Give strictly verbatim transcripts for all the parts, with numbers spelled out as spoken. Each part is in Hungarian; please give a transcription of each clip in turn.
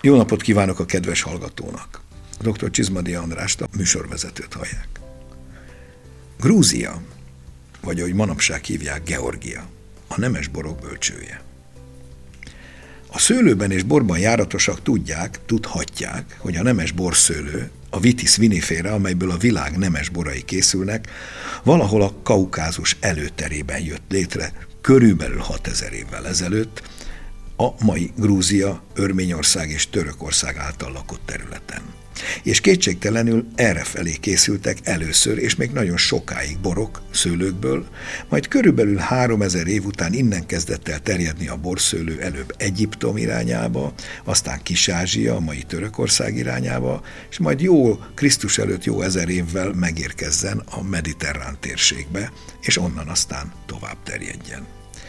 Jó napot kívánok a kedves hallgatónak! doktor Csizmadia Andrást, a műsorvezetőt hallják. Grúzia, vagy ahogy manapság hívják, Georgia, a nemes borok bölcsője. A szőlőben és borban járatosak tudják, tudhatják, hogy a nemes borszőlő, a Vitis vinifera, amelyből a világ nemes borai készülnek, valahol a Kaukázus előterében jött létre, körülbelül hatezer évvel ezelőtt, a mai Grúzia, Örményország és Törökország által lakott területen. És kétségtelenül errefelé készültek először, és még nagyon sokáig borok szőlőkből, majd körülbelül háromezer év után innen kezdett el terjedni a borszőlő előbb Egyiptom irányába, aztán Kis-Ázsia, a mai Törökország irányába, és majd jó Krisztus előtt jó ezer évvel megérkezzen a mediterrán térségbe, és onnan aztán tovább terjedjen.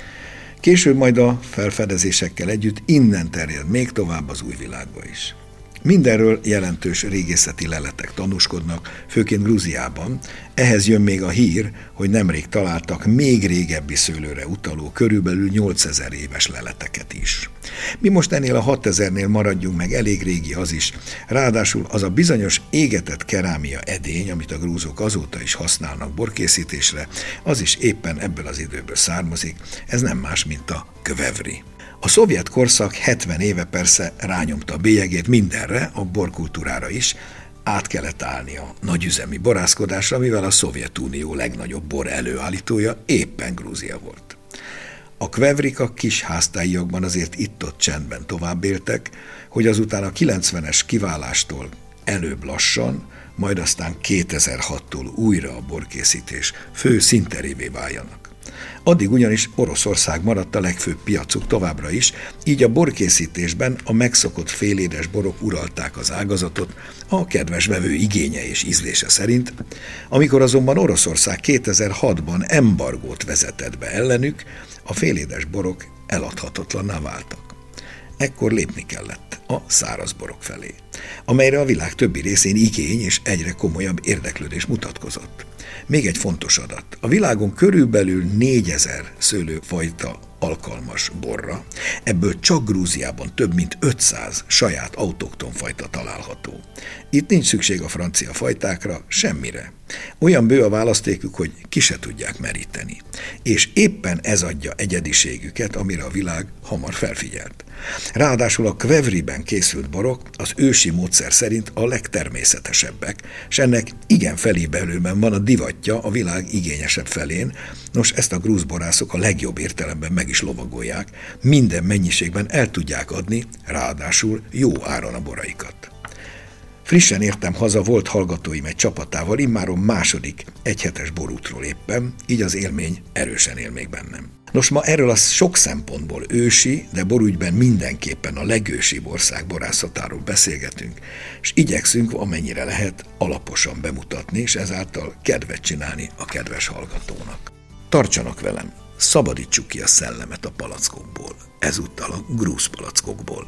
Később majd a felfedezésekkel együtt innen terjed még tovább az új világba is. Mindenről jelentős régészeti leletek tanúskodnak, főként Grúziában. Ehhez jön még a hír, hogy nemrég találtak még régebbi szőlőre utaló, körülbelül nyolcezer éves leleteket is. Mi most ennél a hatezernél maradjunk meg, elég régi az is. Ráadásul az a bizonyos égetett kerámia edény, amit a grúzok azóta is használnak borkészítésre, az is éppen ebből az időből származik. Ez nem más, mint a kvevri. A szovjet korszak hetven éve persze rányomta a bélyegét mindenre, a borkultúrára is, át kellett állni a nagyüzemi borászkodásra, mivel a Szovjetunió legnagyobb bor előállítója éppen Grúzia volt. A kvevrika kis háztályokban azért itt-ott csendben tovább éltek, hogy azután a kilencvenes kiválástól előbb lassan, majd aztán kétezer-hattól újra a borkészítés fő színterévé váljanak. Addig ugyanis Oroszország maradt a legfőbb piacuk továbbra is, így a borkészítésben a megszokott félédes borok uralták az ágazatot a kedves vevő igénye és ízlése szerint. Amikor azonban Oroszország kétezer-hatban embargót vezetett be ellenük, a félédes borok eladhatatlanná váltak. Ekkor lépni kellett a száraz borok felé, amelyre a világ többi részén igény és egyre komolyabb érdeklődés mutatkozott. Még egy fontos adat. A világon körülbelül négyezer szőlőfajta alkalmas borra, ebből csak Grúziában több mint ötszáz saját autokton fajta található. Itt nincs szükség a francia fajtákra, semmire. Olyan bő a választékük, hogy ki se tudják meríteni. És éppen ez adja egyediségüket, amire a világ hamar felfigyelt. Ráadásul a kvevriben készült borok az ősi módszer szerint a legtermészetesebbek, s ennek igen felébelőben van a divatja a világ igényesebb felén. Nos, ezt a grúz borászok a legjobb értelemben meg is lovagolják, minden mennyiségben el tudják adni, ráadásul jó áron a boraikat. Frissen értem haza volt hallgatóim egy csapatával, immáron második egyhetes borútról éppen, így az élmény erősen él még bennem. Nos, ma erről a sok szempontból ősi, de borügyben mindenképpen a legősibb ország borászatáról beszélgetünk, és igyekszünk, amennyire lehet, alaposan bemutatni, és ezáltal kedvet csinálni a kedves hallgatónak. Tartsanak velem, szabadítsuk ki a szellemet a palackokból, ezúttal a grúz palackokból.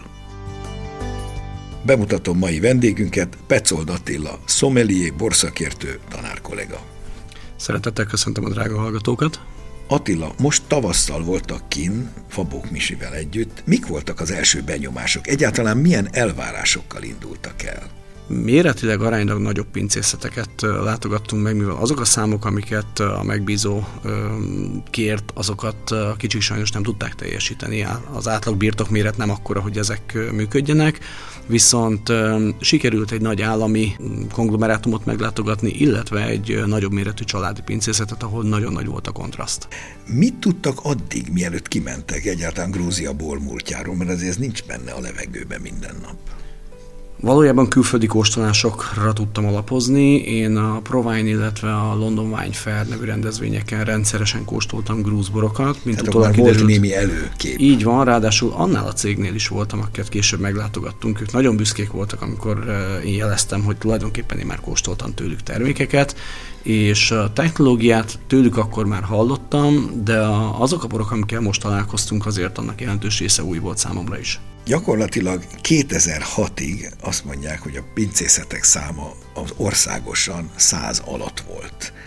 Bemutatom mai vendégünket, Petzold Attila, sommelier, borszakértő, tanárkollega. Szeretettel köszöntöm a drága hallgatókat. Attila, most tavasszal voltak kinn, Fabók Misivel együtt. Mik voltak az első benyomások? Egyáltalán milyen elvárásokkal indultak el? Méretileg aránylag nagyobb pincészeteket látogattunk meg, mivel azok a számok, amiket a megbízó kért, azokat a kicsik sajnos nem tudták teljesíteni. Az átlag birtokméret nem akkora, hogy ezek működjenek, viszont sikerült egy nagy állami konglomerátumot meglátogatni, illetve egy nagyobb méretű családi pincészetet, ahol nagyon nagy volt a kontraszt. Mit tudtak addig, mielőtt kimentek egyáltalán Grúzia bormúltjáról, mert azért ez nincs benne a levegőben minden nap? Valójában külföldi kóstolásokra tudtam alapozni. Én a ProWine, illetve a London Wine Fair nevű rendezvényeken rendszeresen kóstoltam grúz borokat. Mint utólag kiderült, volt némi előkép. Így van, ráadásul annál a cégnél is voltam, akiket később meglátogattunk. Ők nagyon büszkék voltak, amikor én jeleztem, hogy tulajdonképpen én már kóstoltam tőlük termékeket, és a technológiát tőlük akkor már hallottam, de azok a borok, amikkel most találkoztunk, azért annak jelentős része új volt számomra is. Gyakorlatilag kétezer-hatig azt mondják, hogy a pincészetek száma az országosan száz alatt volt.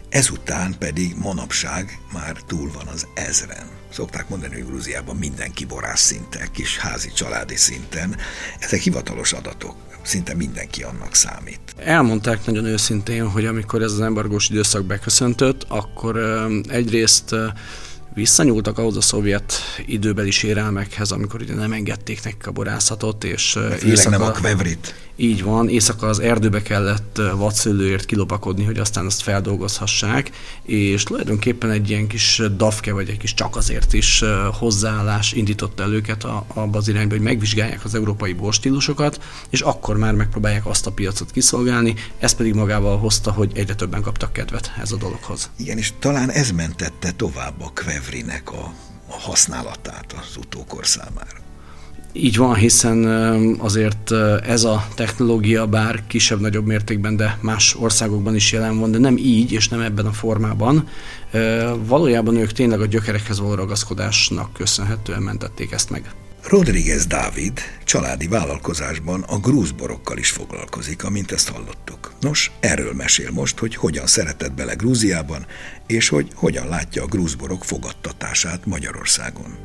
ezután pedig manapság már túl van az ezren. Szokták mondani, hogy Grúziában mindenki borász szinten, kis házi családi szinten. Ezek hivatalos adatok. Szinte mindenki annak számít. Elmondták nagyon őszintén, hogy amikor ez az embargós időszak beköszöntött, akkor egyrészt visszanyúltak ahhoz a szovjet időbeli sérelmekhez, amikor ugye nem engedték nekik a borászatot, és éjszaka, nem a kvevrit. Így van, éjszaka az erdőbe kellett vadszőlőért kilopakodni, hogy aztán azt feldolgozhassák, és tulajdonképpen egy ilyen kis dafke, vagy egy kis csak azért is hozzáállás indította el őket abba az irányba, hogy megvizsgálják az európai borstílusokat, és akkor már megpróbálják azt a piacot kiszolgálni, ez pedig magával hozta, hogy egyre többen kaptak kedvet ez a dologhoz. Igen, és talán ez mentette tovább a kvevrinek a, a használatát az utókor számára. Így van, hiszen azért ez a technológia bár kisebb-nagyobb mértékben, de más országokban is jelen van, de nem így és nem ebben a formában. Valójában ők tényleg a gyökerekhez való ragaszkodásnak köszönhetően mentették ezt meg. Rodriguez Dávid családi vállalkozásban a grúzborokkal is foglalkozik, amint ezt hallottuk. Nos, erről mesél most, hogy hogyan szeretett bele Grúziában, és hogy hogyan látja a grúzborok fogadtatását Magyarországon.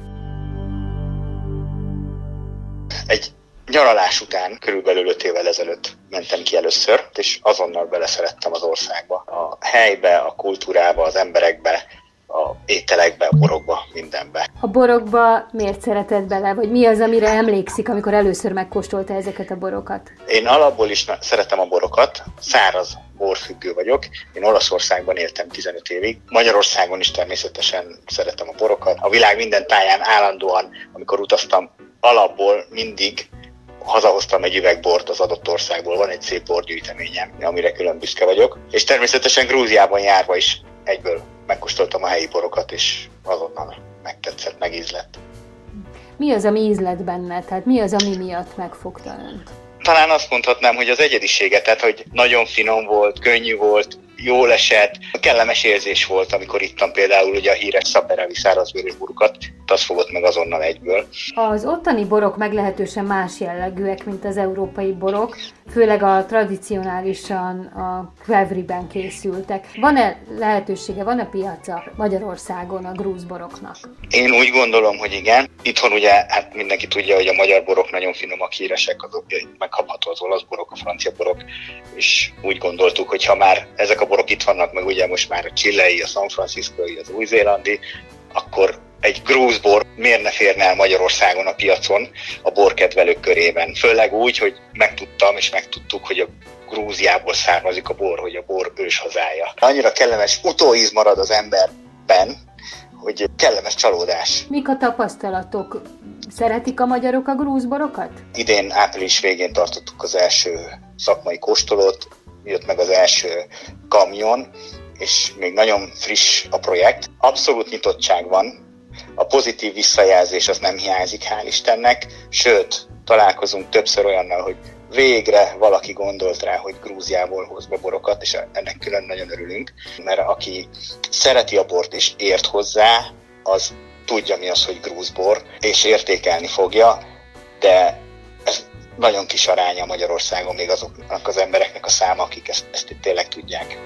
Egy nyaralás után, körülbelül öt évvel ezelőtt mentem ki először, és azonnal beleszerettem az országba. A helybe, a kultúrába, az emberekbe, a ételekbe, a borokba, mindenbe. A borokba miért szeretett bele, vagy mi az, amire emlékszik, amikor először megkóstolta ezeket a borokat? Én alapból is szeretem a borokat, száraz borfüggő vagyok. Én Olaszországban éltem tizenöt évig. Magyarországon is természetesen szeretem a borokat. A világ minden táján állandóan, amikor utaztam, alapból mindig hazahoztam egy üveg bort az adott országból. Van egy szép borgyűjteményem, amire külön büszke vagyok. És természetesen Grúziában járva is egyből megkóstoltam a helyi borokat, és azonnal megtetszett, megízlett. Mi az, ami ízlett benne? Tehát mi az, ami miatt megfogta önt? Talán azt mondhatnám, hogy az egyedisége, tehát hogy nagyon finom volt, könnyű volt, jól esett, kellemes érzés volt, amikor ittam például ugye a híres szaberevi szárazbőrös borukat, az fogott meg azonnal egyből. Az ottani borok meglehetősen más jellegűek, mint az európai borok, főleg a tradicionálisan a kvevriben készültek. Van-e lehetősége, van-e piaca Magyarországon a grúz boroknak? Én úgy gondolom, hogy igen. Itthon ugye hát mindenki tudja, hogy a magyar borok nagyon finomak, híresek, azok megkapható az olasz borok, a francia borok, és úgy gondoltuk, hogy ha már ezek a borok itt vannak, meg ugye most már a chilei, a San Franciscoi, az új-zélandi, akkor egy grúz bor miért ne férne el Magyarországon a piacon a borkedvelők körében. Főleg úgy, hogy megtudtam és megtudtuk, hogy a Grúziából származik a bor, hogy a bor őshazája. Annyira kellemes utóíz marad az emberben, hogy kellemes csalódás. Mik a tapasztalatok? Szeretik a magyarok a grúz borokat? Idén április végén tartottuk az első szakmai kóstolót, jött meg az első kamion, és még nagyon friss a projekt. Abszolút nyitottság van, a pozitív visszajelzés az nem hiányzik, hál' Istennek, sőt, találkozunk többször olyannal, hogy végre valaki gondolt rá, hogy Grúziából hoz be borokat, és ennek külön nagyon örülünk, mert aki szereti a bort és ért hozzá, az tudja mi az, hogy grúzbor, és értékelni fogja, de ez nagyon kis aránya Magyarországon még azoknak az embereknek a száma, akik ezt, ezt tényleg tudják.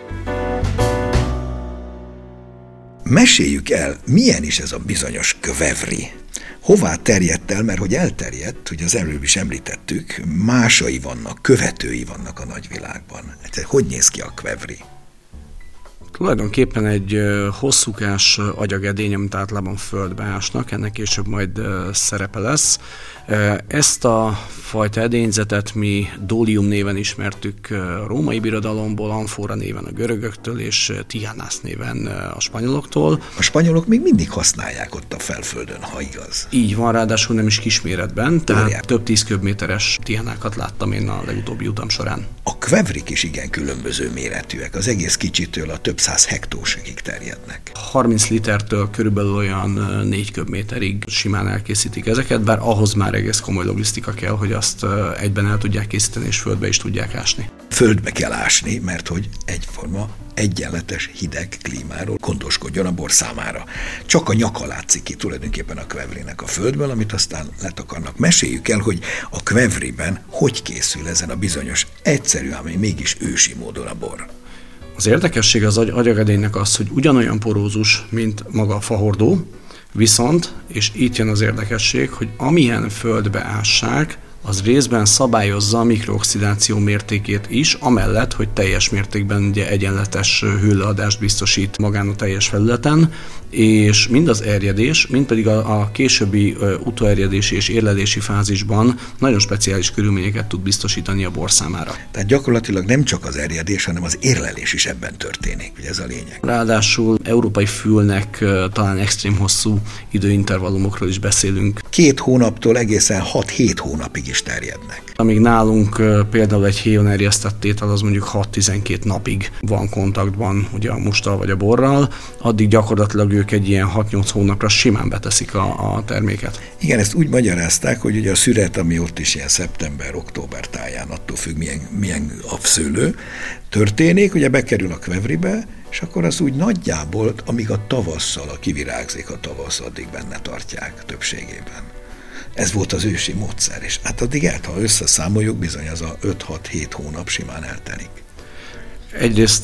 Meséljük el, milyen is ez a bizonyos kvevri. Hová terjedt el, mert hogy elterjedt, hogy az előbb is említettük, másai vannak, követői vannak a nagyvilágban. Hogy néz ki a kvevri? Tulajdonképpen egy hosszúkás agyagedény, amit általában földbe ásnak, ennek később majd szerepe lesz. Ezt a fajta edényzetet mi dólium néven ismertük a római birodalomból, amfora néven a görögöktől, és tihánász néven a spanyoloktól. A spanyolok még mindig használják ott a felföldön, ha igaz. Így van, ráadásul nem is kisméretben, tehát Olyan. több tíz köbméteres tihánákat láttam én a legutóbbi utam során. A kvevrik is igen különböző méretűek, az egész kicsitől a több száz hektósig terjednek. harminc litertől körülbelül olyan négy köbméterig simán elkészítik ezeket, bár ahhoz már egész komoly logisztika kell, hogy azt egyben el tudják készíteni, és földbe is tudják ásni. Földbe kell ásni, mert hogy egyforma, egyenletes, hideg klímáról gondoskodjon a bor számára. Csak a nyaka látszik ki tulajdonképpen a kvevrinek a földből, amit aztán letakarnak. Meséljük el, hogy a kvevriben hogy készül ezen a bizonyos egyszerű, ami mégis ősi módon a bor. Az érdekesség az agy- agyagedénynek az, hogy ugyanolyan porózus, mint maga a fahordó, viszont, és itt jön az érdekesség, hogy amilyen földbe ássák, az részben szabályozza a mikrooxidáció mértékét is, amellett, hogy teljes mértékben ugye egyenletes hőleadást biztosít magán a teljes felületen, és mind az erjedés, mind pedig a, a későbbi utóerjedési és érlelési fázisban nagyon speciális körülményeket tud biztosítani a bor számára. Tehát gyakorlatilag nem csak az erjedés, hanem az érlelés is ebben történik, ugye ez a lényeg. Ráadásul európai fülnek talán extrém hosszú időintervallumokról is beszélünk. Két hónaptól egészen hat-hét hónapig is terjednek. Amíg nálunk például egy héjon erjesztett tétel az mondjuk hat-tizenkét napig van kontaktban ugye a mustal vagy a borral, addig gyakorlatilag ők egy ilyen hat-nyolc hónapra simán beteszik a, a terméket. Igen, ezt úgy magyarázták, hogy ugye a szüret, ami ott is ilyen szeptember-október táján, attól függ milyen, milyen a szőlő, történik, ugye bekerül a kvevribe, és akkor az úgy nagyjából, amíg a tavasszal, a kivirágzik a tavasz, addig benne tartják többségében. Ez volt az ősi módszer, és hát addig el, ha összeszámoljuk, bizony az a öt-hat-hét hónap simán eltelik. Egyrészt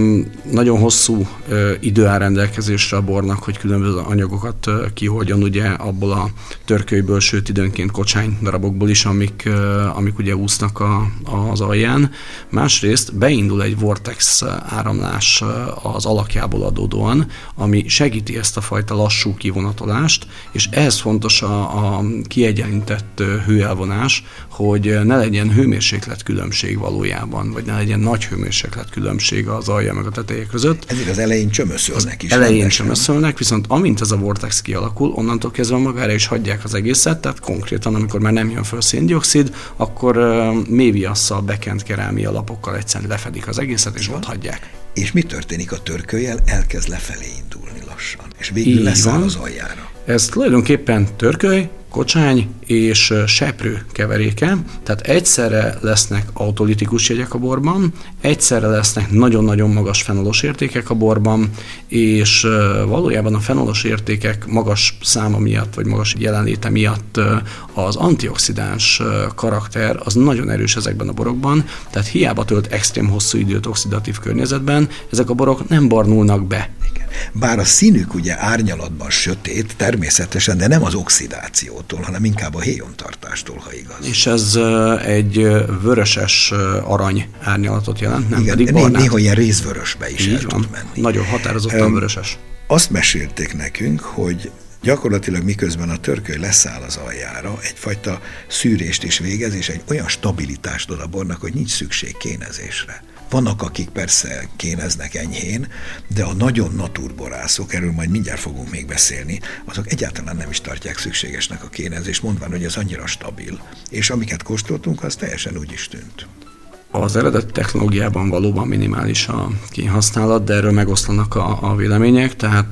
nagyon hosszú idő áll rendelkezésre a bornak, hogy különböző anyagokat kiholdjon ugye abból a törkölyből, sőt időnként kocsány darabokból is, amik, amik ugye úsznak a, az alján. Másrészt beindul egy vortex áramlás az alakjából adódóan, ami segíti ezt a fajta lassú kivonatolást, és ehhez fontos a, a kiegyenlített hőelvonás, hogy ne legyen hőmérséklet különbség valójában, vagy ne legyen nagy hőmérséklet különbség az alja meg a teteje között. Ezért az elején csömöszölnek is. Elején csömöszölnek, viszont amint ez a vortex kialakul, onnantól kezdve magára is hagyják az egészet, tehát konkrétan, amikor már nem jön föl széndioxid, akkor uh, méviasszal, bekent kerámia lapokkal egyszerűen lefedik az egészet, és ott hagyják. És mi történik a törköllyel? Elkezd lefelé indulni lassan, és végül leszáll az aljára. Ez tulajdonképpen törköly, kocsány és seprő keveréke, tehát egyszerre lesznek autolitikus jegyek a borban, egyszerre lesznek nagyon-nagyon magas fenolos értékek a borban, és valójában a fenolos értékek magas száma miatt, vagy magas jelenléte miatt az antioxidáns karakter az nagyon erős ezekben a borokban, tehát hiába tölt extrém hosszú időt oxidatív környezetben, ezek a borok nem barnulnak be. Bár a színük ugye árnyalatban sötét, természetesen, de nem az oxidációtól, hanem inkább a héjontartástól, ha igaz. És ez egy vöröses arany árnyalatot jelent, nem igen, pedig barnát. Néha ilyen részvörösbe is így el van, tud menni. Nagyon határozottan um, vöröses. Azt mesélték nekünk, hogy gyakorlatilag miközben a törköly leszáll az aljára, egyfajta szűrést is végez, és egy olyan stabilitást ad a bornak, hogy nincs szükség kénezésre. Vannak, akik persze kéneznek enyhén, de a nagyon naturborászok, erről majd mindjárt fogunk még beszélni, azok egyáltalán nem is tartják szükségesnek a kénezést, mondván, hogy ez annyira stabil. És amiket kóstoltunk, az teljesen úgy is tűnt. Az eredeti technológiában valóban minimális a kénhasználat, de erről megoszlanak a, a vélemények, tehát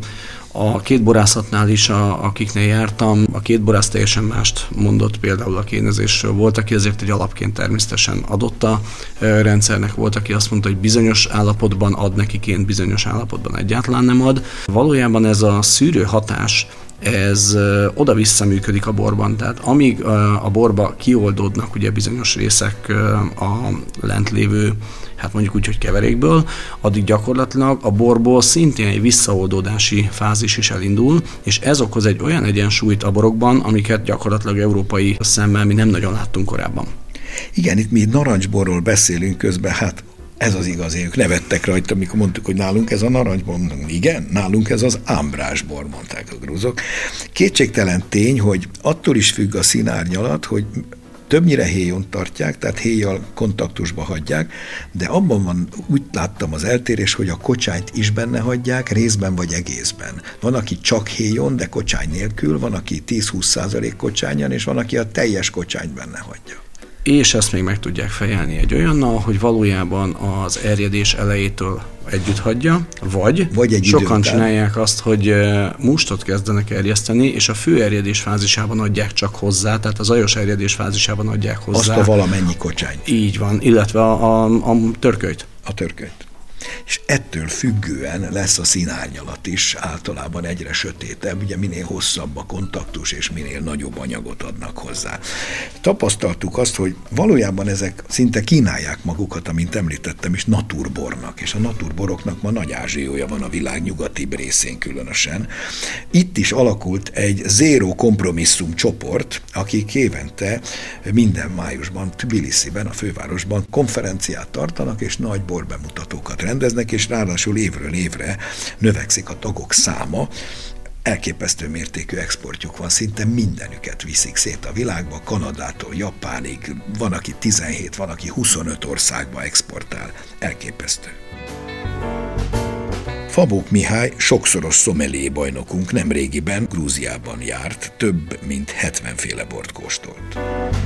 a két borászatnál is, a, akiknél jártam, a két borász teljesen mást mondott például a kénezésről. Volt, aki ezért egy alapként természetesen adott a rendszernek, volt, aki azt mondta, hogy bizonyos állapotban ad neki ként, bizonyos állapotban egyáltalán nem ad. Valójában ez a szűrő hatás, ez oda-vissza működik a borban, tehát amíg a borba kioldódnak ugye bizonyos részek a lent lévő, hát mondjuk úgy, hogy keverékből, addig gyakorlatilag a borból szintén egy visszaoldódási fázis is elindul, és ez okoz egy olyan egyensúlyt a borokban, amiket gyakorlatilag európai szemmel mi nem nagyon láttunk korábban. Igen, itt mi narancsborról beszélünk közben, hát ez az igazi, ők nevettek rajta, amikor mondtuk, hogy nálunk ez a narancsbor. Igen, nálunk ez az ámbrásbor, mondták a grúzok. Kétségtelen tény, hogy attól is függ a színárnyalat, hogy többnyire héjon tartják, tehát héjjal kontaktusba hagyják, de abban van, úgy láttam az eltérés, hogy a kocsányt is benne hagyják, részben vagy egészben. Van, aki csak héjon, de kocsány nélkül, van, aki tíz-húsz százalék kocsányan, és van, aki a teljes kocsányt benne hagyja. És ezt még meg tudják fejelni egy olyannal, hogy valójában az erjedés elejétől együtt hagyja, vagy, vagy egy sokan csinálják azt, hogy mustot kezdenek erjeszteni, és a fő erjedés fázisában adják csak hozzá, tehát az ajos erjedés fázisában adják hozzá. Azt a valamennyi kocsányt. Így van, illetve a, a, a törkölyt. A törkölyt. És ettől függően lesz a színárnyalat is általában egyre sötétebb, ugye minél hosszabb a kontaktus, és minél nagyobb anyagot adnak hozzá. Tapasztaltuk azt, hogy valójában ezek szinte kínálják magukat, amint említettem is, naturbornak, és a naturboroknak ma nagy ázsiója van a világ nyugatibb részén különösen. Itt is alakult egy zéró kompromisszum csoport, akik évente minden májusban Tbilisiben, a fővárosban konferenciát tartanak, és nagy borbemutatókat rendeznek, és ráadásul évről évre növekszik a tagok száma. Elképesztő mértékű exportjuk van, szinte mindenüket viszik szét a világba, Kanadától Japánig, van, aki tizenhét, van, aki huszonöt országba exportál. Elképesztő. Fabók Mihály sokszoros szomelié bajnokunk nemrégiben Grúziában járt, több mint hetvenféle bort kóstolt.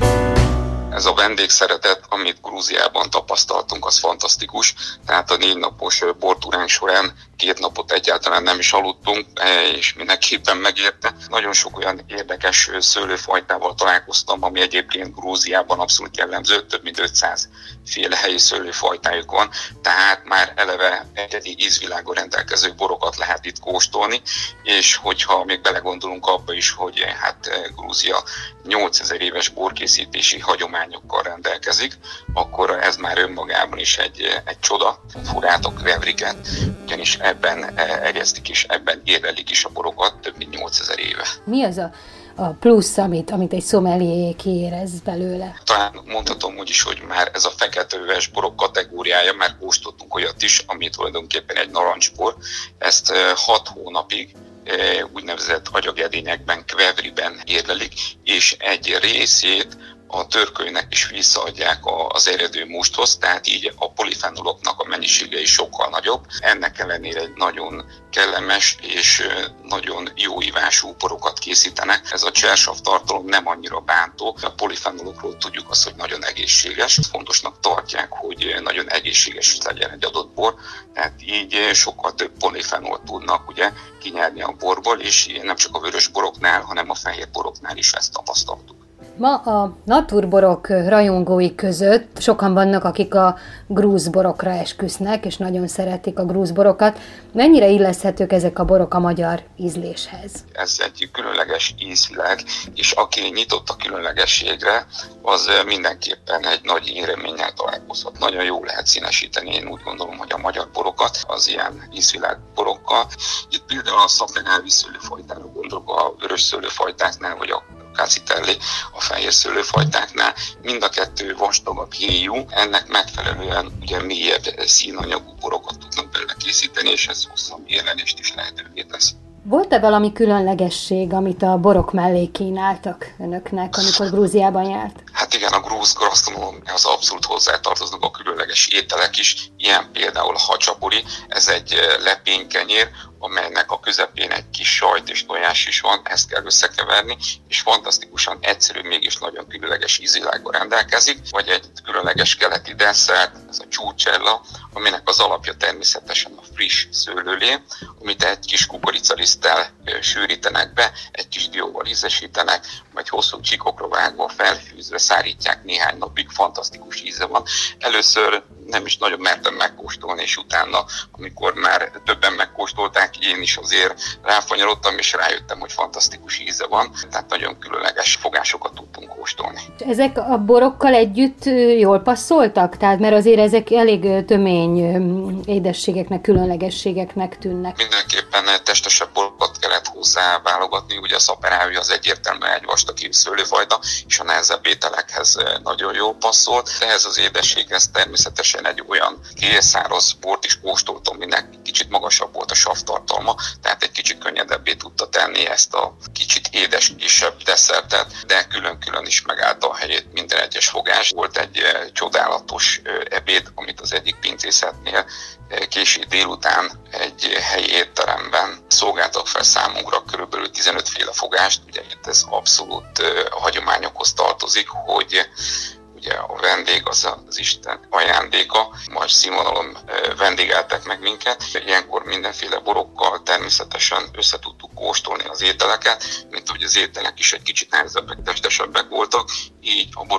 Ez a vendégszeretet, amit Grúziában tapasztaltunk, az fantasztikus. Tehát a négy napos bortúránk során két napot egyáltalán nem is aludtunk, és mindenképpen megérte. Nagyon sok olyan érdekes szőlőfajtával találkoztam, ami egyébként Grúziában abszolút jellemző, több mint ötszáz féle helyi szőlőfajtájuk van, tehát már eleve egyedi ízvilágon rendelkező borokat lehet itt kóstolni, és hogyha még belegondolunk abba is, hogy hát Grúzia nyolcezer éves borkészítési hagyományokkal rendelkezik, akkor ez már önmagában is egy, egy csoda. Furátok kvevriket, ugyanis ebben egeztik és ebben érlelik is a borokat több mint nyolcezer éve. Mi az a, a plusz, amit, amit egy szomelié kiérez belőle? Talán mondhatom úgy is, hogy már ez a feketeöves borok kategóriája, már kóstoltunk olyat is, ami tulajdonképpen egy narancsbor. Ezt hat hónapig úgynevezett agyagedényekben, kvevriben érlelik, és egy részét a törkölynek is visszaadják az eredő musthoz, tehát így a polifenoloknak a mennyisége is sokkal nagyobb. Ennek ellenére egy nagyon kellemes és nagyon jó ívású borokat készítenek. Ez a csersav tartalom nem annyira bántó. A polifenolokról tudjuk azt, hogy nagyon egészséges. Fontosnak tartják, hogy nagyon egészséges legyen egy adott bor, tehát így sokkal több polifenolt tudnak ugye kinyerni a borból, és nem csak a vörös boroknál, hanem a fehér boroknál is ezt tapasztaltuk. Ma a naturborok rajongói között sokan vannak, akik a grúzborokra esküsznek, és nagyon szeretik a grúzborokat. Mennyire illeszthetők ezek a borok a magyar ízléshez? Ez egy különleges ízvilág, és aki nyitott a különlegességre, az mindenképpen egy nagy éreménnyel találkozhat. Nagyon jól lehet színesíteni, én úgy gondolom, hogy a magyar borokat az ilyen ízvilág borokkal. Itt például a szapenávi szőlőfajtára gondolok, a vörös szőlőfajtáknál, vagy a Cacitelli, a fehér szőlőfajtáknál, mind a kettő vastagabb héjú, ennek megfelelően ugye mélyebb színanyagú borokat tudnak belőle készíteni, és ez hosszabb érlelést is lehetővé tesz. Volt-e valami különlegesség, amit a borok mellé kínáltak önöknek, amikor Grúziában járt? Hát igen, a grúz gasztronómiához abszolút hozzátartoznak a különleges ételek is, ilyen például a hacsapuri, ez egy lepénykenyér, amelynek a közepén egy kis sajt és tojás is van, ezt kell összekeverni, és fantasztikusan egyszerű, mégis nagyon különleges ízvilággal rendelkezik, vagy egy különleges keleti desszert, ez a csúcsella, aminek az alapja természetesen a friss szőlőlé, amit egy kis kukoricaliszttel sűrítenek be, egy kis dióval ízesítenek, vagy hosszú csikokra vágva, felfűzve szárítják néhány napig, fantasztikus íze van. Először nem is nagyon mertem megkóstolni, és utána, amikor már többen megkóstolták, én is azért ráfanyarodtam, és rájöttem, hogy fantasztikus íze van, tehát nagyon különleges fogásokat tudtunk kóstolni. Ezek a borokkal együtt jól passzoltak? Tehát, mert azért ezek elég tömény édességeknek, különlegességeknek tűnnek. Mindenképpen testesebb borokat kellett hozzá válogatni, ugye a szaperávi az egyértelműen egy vastag szőlőfajta, és a nehezebb ételekhez nagyon jól passzolt. Ehhez az édességhez természetesen egy olyan kélszáraz bort is kóstoltam, aminek kicsit magasabb volt a savtartalma, tehát egy kicsit könnyedebbé tudta tenni ezt a kicsit édes, kisebb desszertet, de külön-külön is megállta a helyét minden egyes fogás. Volt egy csodálatos ebéd, amit az egyik pincészetnél késő délután egy helyi étteremben szolgáltak fel számunkra körülbelül tizenöt féle fogást. Ugye itt ez abszolút a hagyományokhoz tartozik, hogy ugye a vendég az az Isten ajándéka, majd színvonalon vendégeltek meg minket. Ilyenkor mindenféle borokkal természetesen össze tudtuk kóstolni az ételeket, mint hogy az ételek is egy kicsit nehezebbek, testesebbek voltak, így a borok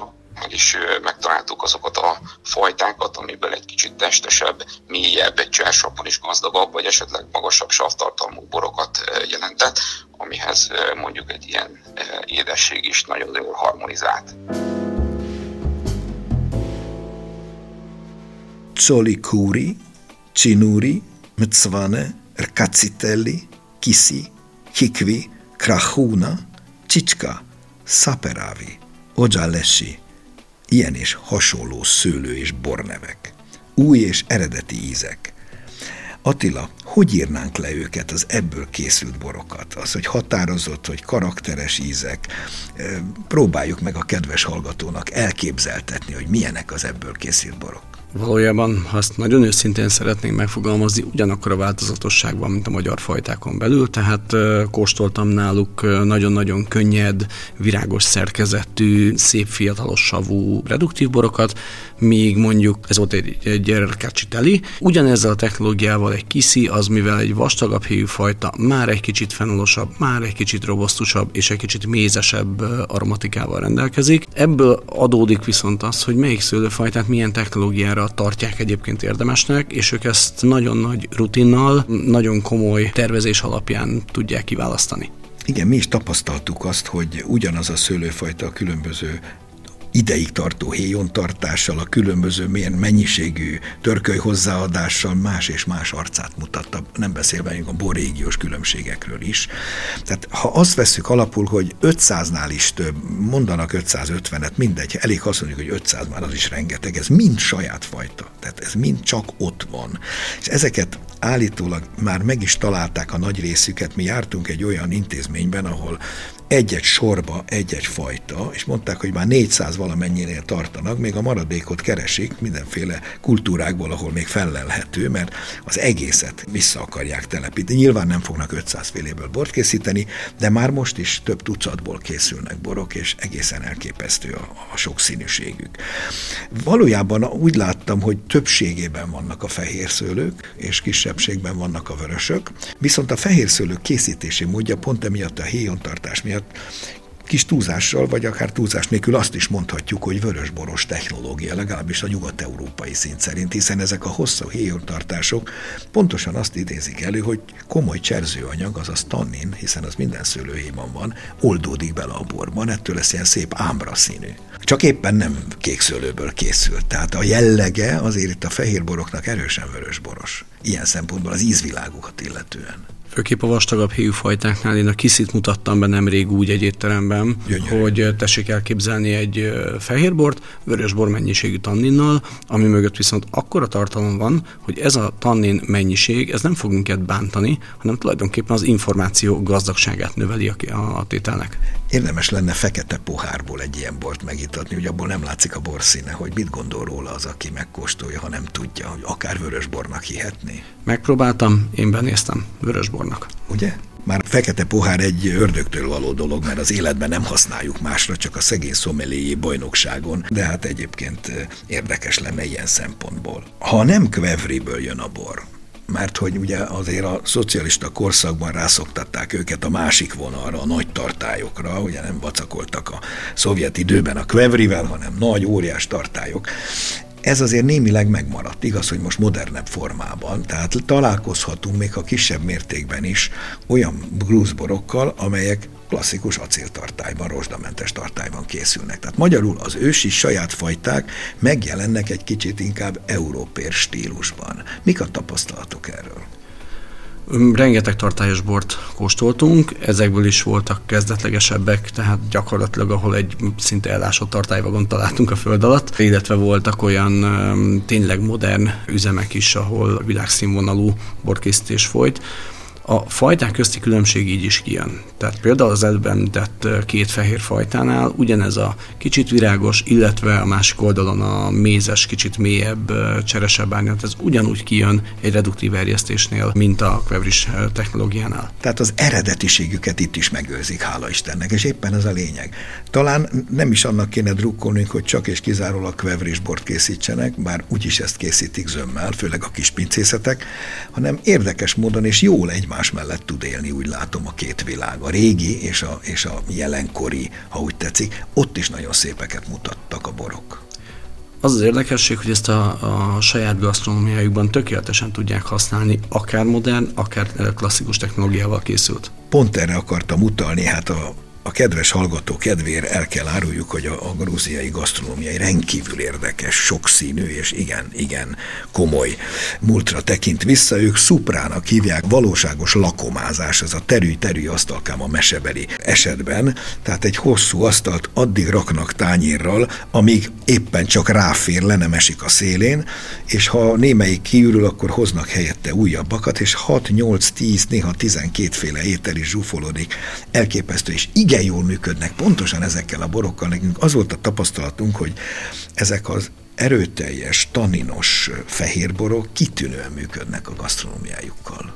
meg is megtaláltuk azokat a fajtákat, amiből egy kicsit testesebb, mélyebb, egy csersabban is gazdagabb, vagy esetleg magasabb savtartalmú borokat jelentett, amihez mondjuk egy ilyen édesség is nagyon jól harmonizált. Csolikúri, Csinúri, Mcvane, Rkacitelli, Kiszi, Hikvi, Krahuna, Csicska, Szaperávi, Odzsálesi, ilyen és hasonló szőlő- és bornevek. Új és eredeti ízek. Attila, hogy írnánk le őket, az ebből készült borokat? Az, hogy határozott, hogy karakteres ízek. Próbáljuk meg a kedves hallgatónak elképzeltetni, hogy milyenek az ebből készült borok. Valójában, ha ezt nagyon őszintén szeretnénk megfogalmazni, ugyanakkor a változatosság van, mint a magyar fajtákon belül, tehát kóstoltam náluk nagyon-nagyon könnyed, virágos szerkezetű, szép fiatalos savú reduktív borokat, míg mondjuk ez volt egy, egy Rkacitelli. Ugyanezzel a technológiával egy Kiszi, az mivel egy vastagabb héjú fajta, már egy kicsit fenolosabb, már egy kicsit robosztusabb és egy kicsit mézesebb aromatikával rendelkezik. Ebből adódik viszont az, hogy melyik szőlőfajtát milyen technológiára tartják egyébként érdemesnek, és ők ezt nagyon nagy rutinnal, nagyon komoly tervezés alapján tudják kiválasztani. Igen, mi is tapasztaltuk azt, hogy ugyanaz a szőlőfajta a különböző ideig tartó héjontartással, a különböző milyen mennyiségű törköly hozzáadással más és más arcát mutatta, nem beszélve a borrégiós különbségekről is. Tehát ha azt vesszük alapul, hogy ötszáznál is több, mondanak ötszázötvenet, mindegy, elég azt mondjuk, hogy ötszáz már az is rengeteg, ez mind saját fajta, tehát ez mind csak ott van. És ezeket állítólag már meg is találták a nagy részüket, mi jártunk egy olyan intézményben, ahol egy-egy sorba egy-egy fajta, és mondták, hogy már négyszáz valamennyinél tartanak, még a maradékot keresik mindenféle kultúrákból, ahol még fellelhető, mert az egészet vissza akarják telepíteni. Nyilván nem fognak ötszáz féléből bort készíteni, de már most is több tucatból készülnek borok, és egészen elképesztő a, a sokszínűségük. Valójában úgy láttam, hogy többségében vannak a fehérszőlők, és kisebbségben vannak a vörösök, viszont a fehérszőlők készítési módja pont emiatt a héjontartás miatt kis túlzással, vagy akár túlzás nélkül azt is mondhatjuk, hogy vörösboros technológia, legalábbis a nyugat-európai szint szerint, hiszen ezek a hosszú héjontartások pontosan azt idézik elő, hogy komoly cserzőanyag, azaz tannin, hiszen az minden szőlőhéjban van, oldódik bele a borban, ettől lesz ilyen szép ámbra színű. Csak éppen nem kékszőlőből készült. Tehát a jellege azért itt a fehérboroknak erősen vörösboros. Ilyen szempontból az ízvilágukat illetően. Főképp a vastagabb héjú fajtáknál én a Kiszit mutattam be nemrég úgy egy étteremben, Gyönyörű. hogy tessék elképzelni egy fehérbort, vörösbor mennyiségű tanninnal, ami mögött viszont akkora tartalom van, hogy ez a tannin mennyiség, ez nem fog minket bántani, hanem tulajdonképpen az információ gazdagságát növeli a, a tételnek. Érdemes lenne fekete pohárból egy ilyen bort megitatni, hogy abból nem látszik a borszíne, hogy mit gondol róla az, aki megkóstolja, ha nem tudja, hogy akár vörösbornak hihetné. Megpróbáltam, én benéztem vörösbornak. Ugye? Már fekete pohár egy ördögtől való dolog, mert az életben nem használjuk másra, csak a szegény szomeliéi bajnokságon, de hát egyébként érdekes lenne ilyen szempontból. Ha nem Kvevriből jön a bor, mert hogy ugye azért a szocialista korszakban rászoktatták őket a másik vonalra, a nagy tartályokra, ugye nem vacakoltak a szovjet időben a Kvevrivel, hanem nagy, óriás tartályok. Ez azért némileg megmaradt, igaz, hogy most modernebb formában, tehát találkozhatunk még a kisebb mértékben is olyan grúzborokkal, amelyek klasszikus acéltartályban, rozsdamentes tartályban készülnek. Tehát magyarul az ősi saját fajták megjelennek egy kicsit inkább európér stílusban. Mik a tapasztalatok erről? Rengeteg tartályos bort kóstoltunk, ezekből is voltak kezdetlegesebbek, tehát gyakorlatilag ahol egy szinte elásott tartályvagon találtunk a föld alatt, illetve voltak olyan um, tényleg modern üzemek is, ahol világszínvonalú borkészítés folyt. A fajták közti különbség így is kijön. Tehát például az előbb említett két fehér fajtánál ugyanez a kicsit virágos, illetve a másik oldalon a mézes, kicsit mélyebb, cseresebb árnyat, ez ugyanúgy kijön egy reduktív erjesztésnél, mint a kvevris technológiánál. Tehát az eredetiségüket itt is megőrzik, hála Istennek, és éppen ez a lényeg. Talán nem is annak kéne drukkolnunk, hogy csak és kizárólag kvevris bort készítsenek, bár úgyis ezt készítik zömmel, főleg a kis pincészetek, hanem érdekes módon és jól egy egymás mellett tud élni, úgy látom, a két világ. A régi és a, és a jelenkori, ha úgy tetszik, ott is nagyon szépeket mutattak a borok. Az az érdekesség, hogy ezt a, a saját gasztronómiájukban tökéletesen tudják használni, akár modern, akár klasszikus technológiával készült. Pont erre akartam utalni, hát a A kedves hallgató kedvéért el kell áruljuk, hogy a, a grúziai gasztronómiai rendkívül érdekes, sokszínű és igen, igen komoly múltra tekint vissza. Ők szuprának hívják, valóságos lakomázás, ez a terű-terű asztalkám a mesebeli esetben. Tehát egy hosszú asztalt addig raknak tányérral, amíg éppen csak ráfér, le nem esik a szélén, és ha némelyik kiürül, akkor hoznak helyette újabbakat, és hat, nyolc, tíz, néha tizenkétféle étel is zsúfolódik. Elképesztő, és igen jól működnek, pontosan ezekkel a borokkal. Nekünk az volt a tapasztalatunk, hogy ezek az erőteljes, tanninos fehérborok kitűnően működnek a gasztronómiájukkal.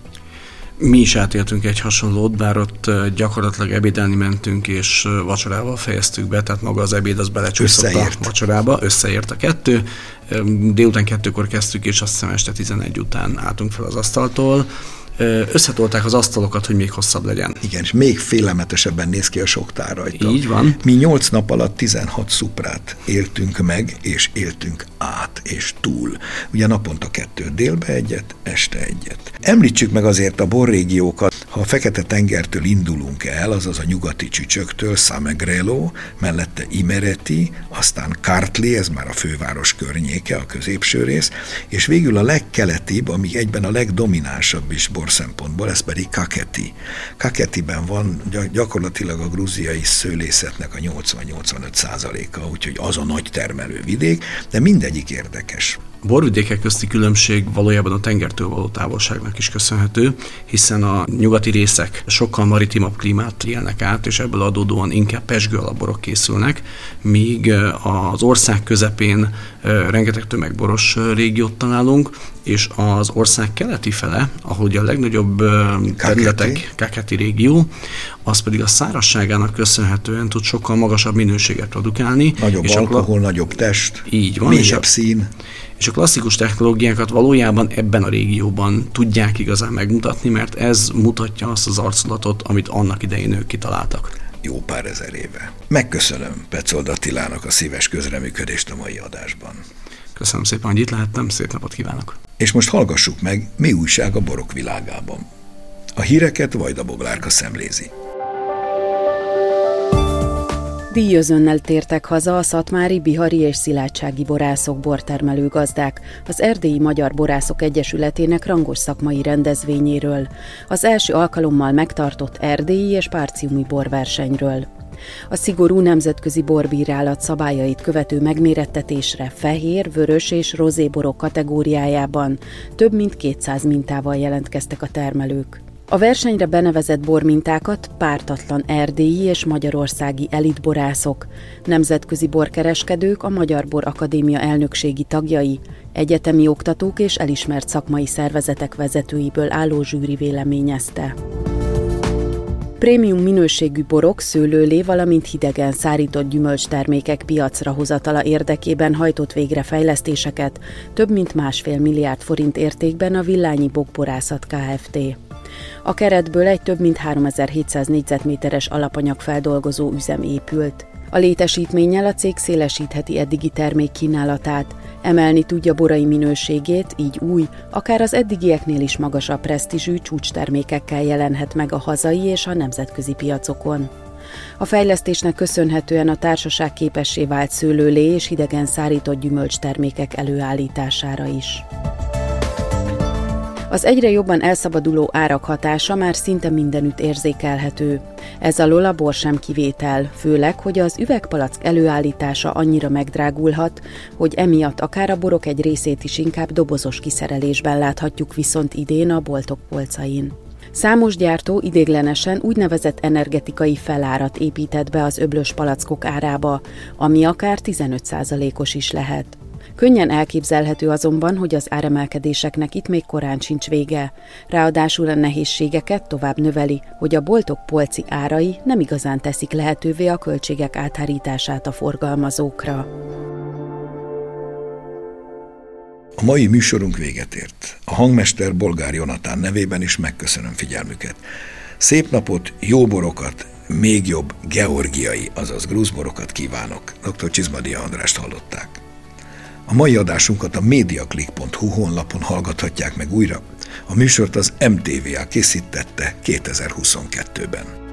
Mi is átéltünk egy hasonlót, bár ott gyakorlatilag ebédelni mentünk, és vacsorával fejeztük be, tehát maga az ebéd az belecsúszott a vacsorába, összeért a kettő. Délután kettőkor kezdtük, és azt hiszem este tizenegy után álltunk fel az asztaltól. Összetolták az asztalokat, hogy még hosszabb legyen. Igen, és még félelmetesebben néz ki a sok tár rajta. Így van. Mi nyolc nap alatt tizenhat szuprát éltünk meg, és éltünk át és túl. Ugye naponta kettő, délbe egyet, este egyet. Említsük meg azért a borrégiókat. Ha a Fekete-tengertől indulunk el, azaz a nyugati csücsöktől, Samegrelo, mellette Imereti, aztán Kartli, ez már a főváros környéke, a középső rész, és végül a legkeletibb, ami egyben a legdominánsabb is bor szempontból, ez pedig Kakheti. Kakhetiben van gyakorlatilag a grúziai szőlészetnek a nyolcvan-nyolcvanöt százaléka, úgyhogy az a nagy termelő vidék, de mindegyik érdekes. A borvidékek közti különbség valójában a tengertől való távolságnak is köszönhető, hiszen a nyugati részek sokkal maritimabb klímát élnek át, és ebből adódóan inkább pezsgő alapborok készülnek, míg az ország közepén rengeteg tömegboros régiót találunk, és az ország keleti fele, ahogy a legnagyobb területek, Kakheti régió, az pedig a szárazságának köszönhetően tud sokkal magasabb minőséget produkálni. Nagyobb és alkohol, a... nagyobb test, így van, mélyebb szín. És a klasszikus technológiákat valójában ebben a régióban tudják igazán megmutatni, mert ez mutatja azt az arculatot, amit annak idején ők kitaláltak. Jó pár ezer éve. Megköszönöm Petzold Attilának a szíves közreműködést a mai adásban. Köszönöm szépen, hogy itt lehettem, szép napot kívánok! És most hallgassuk meg, mi újság a borok világában. A híreket Vajda Boglárka szemlézi. Díjözönnel tértek haza a szatmári, bihari és szilágysági borászok, bortermelő gazdák az Erdélyi Magyar Borászok Egyesületének rangos szakmai rendezvényéről, az első alkalommal megtartott erdélyi és párciumi borversenyről. A szigorú nemzetközi borbírálat szabályait követő megmérettetésre fehér, vörös és rozéborok kategóriájában több mint kétszáz mintával jelentkeztek a termelők. A versenyre benevezett bormintákat pártatlan erdélyi és magyarországi elitborászok, nemzetközi borkereskedők, a Magyar Bor Akadémia elnökségi tagjai, egyetemi oktatók és elismert szakmai szervezetek vezetőiből álló zsűri véleményezte. Prémium minőségű borok, szőlőlé, valamint hidegen szárított gyümölcstermékek piacra hozatala érdekében hajtott végre fejlesztéseket több mint másfél milliárd forint értékben a Villányi Bokborászat Kft. A keretből egy több mint háromezer-hétszáz négyzetméteres alapanyagfeldolgozó üzem épült. A létesítménnyel a cég szélesítheti eddigi termékkínálatát, emelni tudja borai minőségét, így új, akár az eddigieknél is magasabb presztízsű csúcstermékekkel jelenhet meg a hazai és a nemzetközi piacokon. A fejlesztésnek köszönhetően a társaság képessé vált szőlőlé és hidegen szárított gyümölcstermékek előállítására is. Az egyre jobban elszabaduló árak hatása már szinte mindenütt érzékelhető. Ez alól a bor sem kivétel, főleg, hogy az üvegpalack előállítása annyira megdrágulhat, hogy emiatt akár a borok egy részét is inkább dobozos kiszerelésben láthatjuk viszont idén a boltok polcain. Számos gyártó idéglenesen úgynevezett energetikai felárat épített be az öblös palackok árába, ami akár tizenöt százalékos is lehet. Könnyen elképzelhető azonban, hogy az áremelkedéseknek itt még korán sincs vége. Ráadásul a nehézségeket tovább növeli, hogy a boltok polci árai nem igazán teszik lehetővé a költségek áthárítását a forgalmazókra. A mai műsorunk véget ért. A hangmester Bolgár Jonatán nevében is megköszönöm figyelmüket. Szép napot, jó borokat, még jobb georgiai, azaz grúzborokat kívánok. doktor Csizmadia Andrást hallották. A mai adásunkat a mediaclick pont hu honlapon hallgathatják meg újra. A műsort az em té vé á készítette kétezer-huszonkettőben.